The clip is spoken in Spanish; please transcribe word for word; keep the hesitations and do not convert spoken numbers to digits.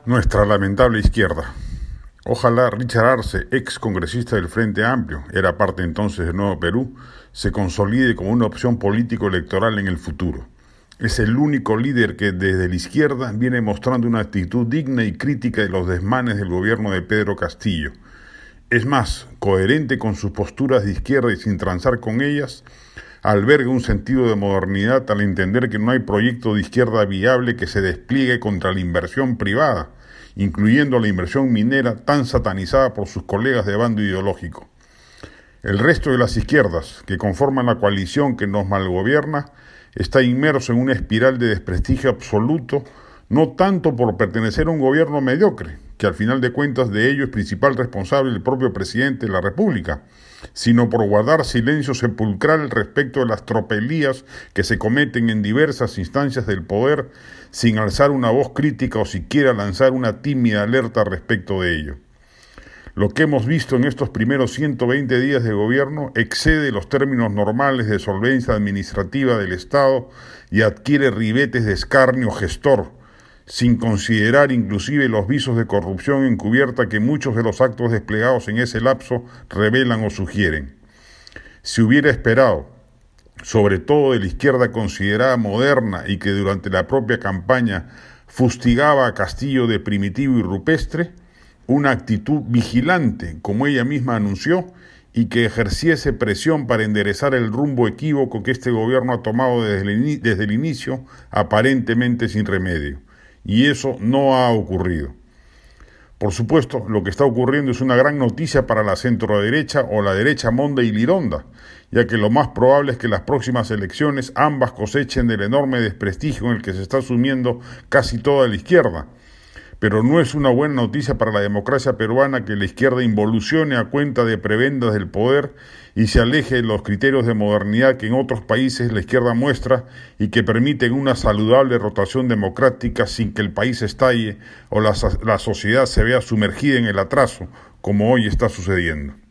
Nuestra lamentable izquierda. Ojalá Richard Arce, ex congresista del Frente Amplio, era parte entonces de Nuevo Perú, se consolide como una opción político-electoral en el futuro. Es el único líder que desde la izquierda viene mostrando una actitud digna y crítica de los desmanes del gobierno de Pedro Castillo. Es más, coherente con sus posturas de izquierda y sin transar con ellas, alberga un sentido de modernidad al entender que no hay proyecto de izquierda viable que se despliegue contra la inversión privada, incluyendo la inversión minera tan satanizada por sus colegas de bando ideológico. El resto de las izquierdas, que conforman la coalición que nos malgobierna, está inmerso en una espiral de desprestigio absoluto, no tanto por pertenecer a un gobierno mediocre, que al final de cuentas de ello es principal responsable el propio presidente de la República, sino por guardar silencio sepulcral respecto de las tropelías que se cometen en diversas instancias del poder, sin alzar una voz crítica o siquiera lanzar una tímida alerta respecto de ello. Lo que hemos visto en estos primeros ciento veinte días de gobierno excede los términos normales de solvencia administrativa del Estado y adquiere ribetes de escarnio gestor, sin considerar inclusive los visos de corrupción encubierta que muchos de los actos desplegados en ese lapso revelan o sugieren. Si hubiera esperado, sobre todo de la izquierda considerada moderna y que durante la propia campaña fustigaba a Castillo de primitivo y rupestre, una actitud vigilante, como ella misma anunció, y que ejerciese presión para enderezar el rumbo equívoco que este gobierno ha tomado desde el, desde el inicio, aparentemente sin remedio. Y eso no ha ocurrido. Por supuesto, lo que está ocurriendo es una gran noticia para la centroderecha o la derecha monda y lironda, ya que lo más probable es que las próximas elecciones ambas cosechen del enorme desprestigio en el que se está sumiendo casi toda la izquierda. Pero no es una buena noticia para la democracia peruana que la izquierda involucione a cuenta de prebendas del poder y se aleje de los criterios de modernidad que en otros países la izquierda muestra y que permiten una saludable rotación democrática sin que el país estalle o la, la sociedad se vea sumergida en el atraso, como hoy está sucediendo.